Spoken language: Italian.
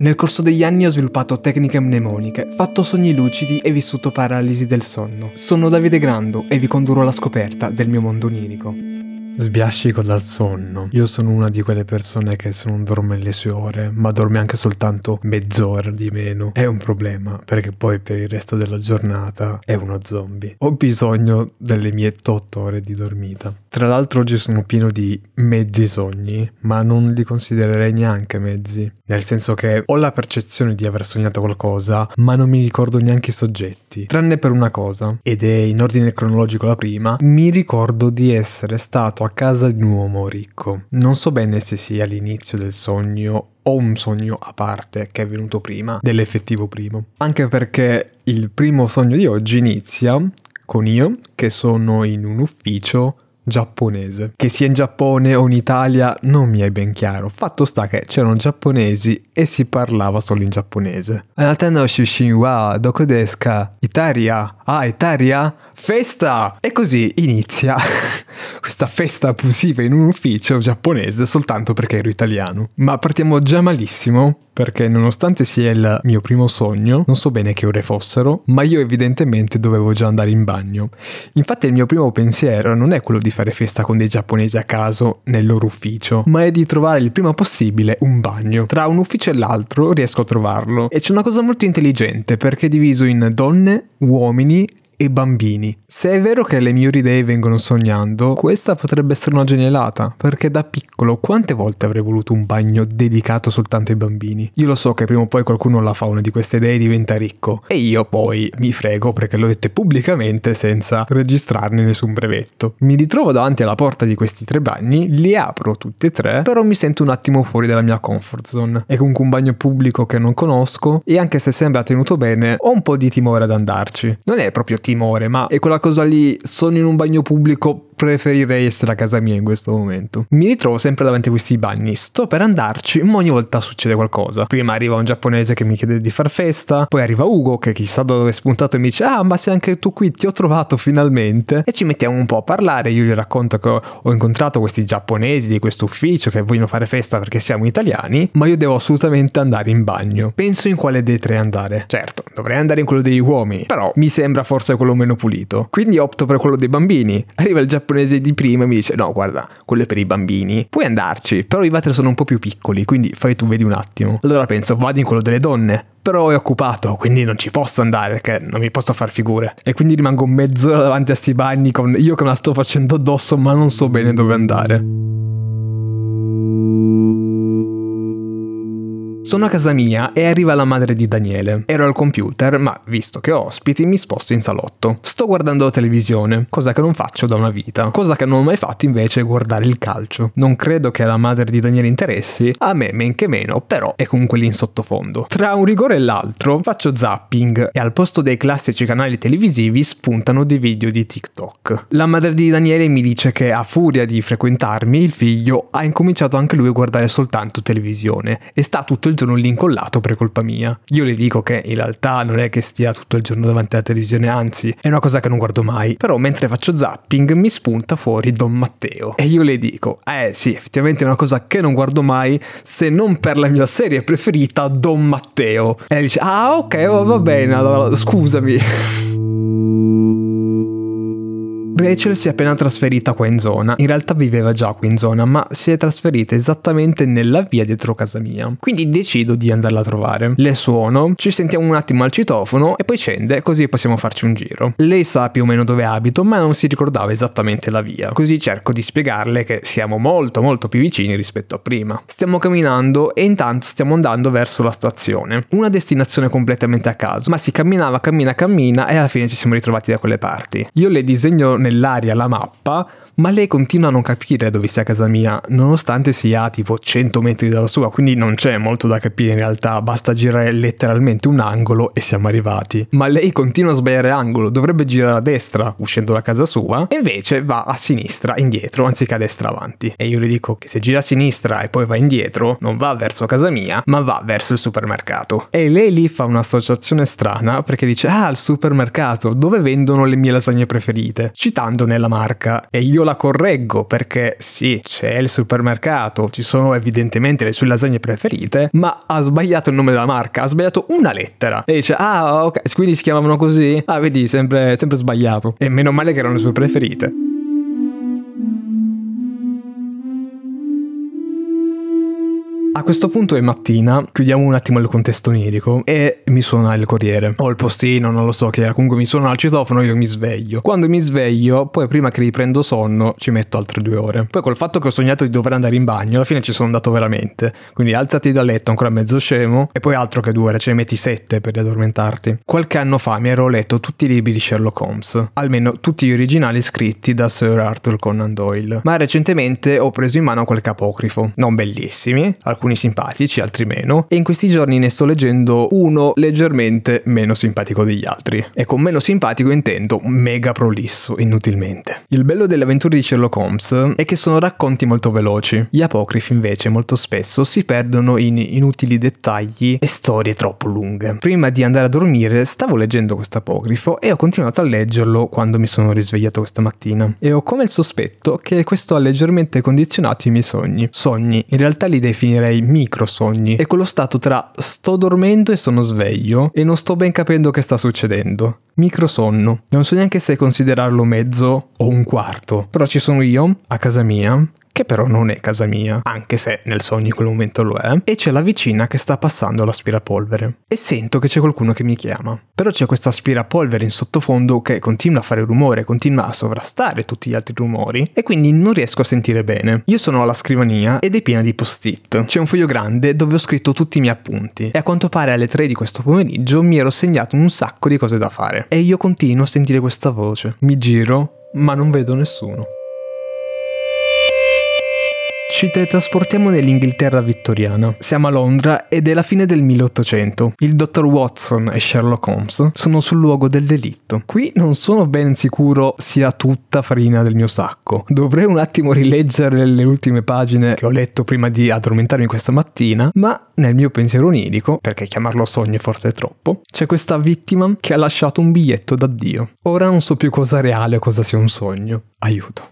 Nel corso degli anni ho sviluppato tecniche mnemoniche, fatto sogni lucidi e vissuto paralisi del sonno. Sono Davide Grando e vi condurrò alla scoperta del mio mondo onirico. Sbiascico dal sonno. Io sono una di quelle persone che se non dorme le sue ore, ma dorme anche soltanto mezz'ora di meno, è un problema, perché poi per il resto della giornata è uno zombie. Ho bisogno delle mie 8 ore di dormita. Tra l'altro oggi sono pieno di mezzi sogni, ma non li considererei neanche mezzi. Nel senso che ho la percezione di aver sognato qualcosa, ma non mi ricordo neanche i soggetti. Tranne per una cosa, ed è in ordine cronologico la prima, mi ricordo di essere stato a casa di un uomo ricco. Non so bene se sia l'inizio del sogno o un sogno a parte che è venuto prima dell'effettivo primo. Anche perché il primo sogno di oggi inizia con io che sono in un ufficio giapponese. Che sia in Giappone o in Italia non mi è ben chiaro. Fatto sta che c'erano giapponesi e si parlava solo in giapponese. Anata no shushin wa doko desu ka? Italia? Ah, Italia? Festa! E così inizia questa festa abusiva in un ufficio giapponese soltanto perché ero italiano. Ma partiamo già malissimo, perché nonostante sia il mio primo sogno, non so bene che ore fossero, ma io evidentemente dovevo già andare in bagno. Infatti il mio primo pensiero non è quello di fare festa con dei giapponesi a caso nel loro ufficio, ma è di trovare il prima possibile un bagno. Tra un ufficio e l'altro riesco a trovarlo, e c'è una cosa molto intelligente perché è diviso in donne, uomini e bambini. Se è vero che le migliori idee vengono sognando, questa potrebbe essere una genialata, perché da piccolo quante volte avrei voluto un bagno dedicato soltanto ai bambini. Io lo so che prima o poi qualcuno la fa una di queste idee e diventa ricco, e io poi mi frego perché l'ho dette pubblicamente senza registrarne nessun brevetto. Mi ritrovo davanti alla porta di questi 3 bagni, li apro tutti e 3, però mi sento un attimo fuori dalla mia comfort zone. È comunque un bagno pubblico che non conosco, e anche se sembra tenuto bene, ho un po' di timore ad andarci. Non è proprio timore, ma è quella cosa lì, sono in un bagno pubblico, preferirei essere a casa mia in questo momento. Mi ritrovo sempre davanti a questi bagni, sto per andarci, ma ogni volta succede qualcosa. Prima arriva un giapponese che mi chiede di far festa, poi arriva Ugo che chissà da dove è spuntato e mi dice: ah, ma sei anche tu qui, ti ho trovato finalmente. E ci mettiamo un po' a parlare, io gli racconto che ho incontrato questi giapponesi di questo ufficio che vogliono fare festa perché siamo italiani, ma io devo assolutamente andare in bagno. Penso in quale dei 3 andare. Certo, dovrei andare in quello degli uomini, però mi sembra forse quello meno pulito, quindi opto per quello dei bambini. Arriva il giapponese di prima e mi dice: no, guarda, quello è per i bambini, puoi andarci, però i water sono un po' più piccoli, quindi fai tu, vedi un attimo. Allora penso, vado in quello delle donne, però è occupato, quindi non ci posso andare perché non mi posso far figure, e quindi rimango mezz'ora davanti a sti bagni con io che me la sto facendo addosso, ma non so bene dove andare. Sono a casa mia e arriva la madre di Daniele. Ero al computer, ma visto che ho ospiti mi sposto in salotto. Sto guardando la televisione, cosa che non faccio da una vita. Cosa che non ho mai fatto invece è guardare il calcio. Non credo che alla madre di Daniele interessi, a me men che meno, però è comunque lì in sottofondo. Tra un rigore e l'altro faccio zapping e al posto dei classici canali televisivi spuntano dei video di TikTok. La madre di Daniele mi dice che a furia di frequentarmi il figlio ha incominciato anche lui a guardare soltanto televisione e sta tutto il giorno lì incollato per colpa mia. Io le dico che in realtà non è che stia tutto il giorno davanti alla televisione, anzi è una cosa che non guardo mai, però mentre faccio zapping mi spunta fuori Don Matteo e io le dico sì, effettivamente è una cosa che non guardo mai, se non per la mia serie preferita Don Matteo. E lei dice: ah, ok, va bene, allora scusami. Rachel si è appena trasferita qua in zona, in realtà viveva già qui in zona, ma si è trasferita esattamente nella via dietro casa mia, quindi decido di andarla a trovare. Le suono, ci sentiamo un attimo al citofono e poi scende, così possiamo farci un giro. Lei sa più o meno dove abito, ma non si ricordava esattamente la via, così cerco di spiegarle che siamo molto più vicini rispetto a prima. Stiamo camminando e intanto stiamo andando verso la stazione, una destinazione completamente a caso, ma si cammina e alla fine ci siamo ritrovati da quelle parti. Io le disegno nell'aria la mappa, ma lei continua a non capire dove sia casa mia, nonostante sia tipo 100 metri dalla sua, quindi non c'è molto da capire in realtà, basta girare letteralmente un angolo e siamo arrivati. Ma lei continua a sbagliare angolo, dovrebbe girare a destra uscendo da casa sua, e invece va a sinistra indietro anziché a destra avanti. E io le dico che se gira a sinistra e poi va indietro, non va verso casa mia, ma va verso il supermercato. E lei lì fa un'associazione strana perché dice: ah, il supermercato, dove vendono le mie lasagne preferite, citandone la marca. E io io la correggo perché sì, c'è il supermercato, ci sono evidentemente le sue lasagne preferite, ma ha sbagliato il nome della marca, ha sbagliato una lettera. E dice, ah ok, quindi si chiamavano così? Ah vedi, sempre sbagliato. E meno male che erano le sue preferite. A questo punto è mattina, chiudiamo un attimo il contesto onirico e mi suona il corriere o il postino, non lo so che era, comunque mi suona al citofono, io mi sveglio. Quando mi sveglio, poi prima che riprendo sonno ci metto altre 2 ore. Poi col fatto che ho sognato di dover andare in bagno, alla fine ci sono andato veramente. Quindi alzati dal letto ancora mezzo scemo e poi altro che 2 ore, ce ne metti 7 per riaddormentarti. Qualche anno fa mi ero letto tutti i libri di Sherlock Holmes, almeno tutti gli originali scritti da Sir Arthur Conan Doyle, ma recentemente ho preso in mano qualche apocrifo, non bellissimi, alcuni simpatici, altri meno, e in questi giorni ne sto leggendo uno leggermente meno simpatico degli altri. E con meno simpatico intendo mega prolisso, inutilmente. Il bello delle avventure di Sherlock Holmes è che sono racconti molto veloci. Gli apocrifi invece molto spesso si perdono in inutili dettagli e storie troppo lunghe. Prima di andare a dormire stavo leggendo questo apocrifo e ho continuato a leggerlo quando mi sono risvegliato questa mattina. E ho come il sospetto che questo ha leggermente condizionato i miei sogni. Sogni, in realtà li definirei micro sogni, è quello stato tra sto dormendo e sono sveglio e non sto ben capendo che sta succedendo. Microsonno, non so neanche se considerarlo mezzo o un quarto, però ci sono io a casa mia, che però non è casa mia, anche se nel sogno in quel momento lo è, e c'è la vicina che sta passando l'aspirapolvere e sento che c'è qualcuno che mi chiama. Però c'è questo aspirapolvere in sottofondo che continua a fare rumore, continua a sovrastare tutti gli altri rumori e quindi non riesco a sentire bene. Io sono alla scrivania ed è piena di post-it. C'è un foglio grande dove ho scritto tutti i miei appunti e a quanto pare alle 3 di questo pomeriggio mi ero segnato un sacco di cose da fare e io continuo a sentire questa voce. Mi giro, ma non vedo nessuno. Ci teletrasportiamo nell'Inghilterra vittoriana. Siamo a Londra ed è la fine del 1800. Il dottor Watson e Sherlock Holmes sono sul luogo del delitto. Qui non sono ben sicuro sia tutta farina del mio sacco. Dovrei un attimo rileggere le ultime pagine che ho letto prima di addormentarmi questa mattina, ma nel mio pensiero onirico, perché chiamarlo sogno forse è troppo, c'è questa vittima che ha lasciato un biglietto d'addio. Ora non so più cosa è reale o cosa sia un sogno. Aiuto.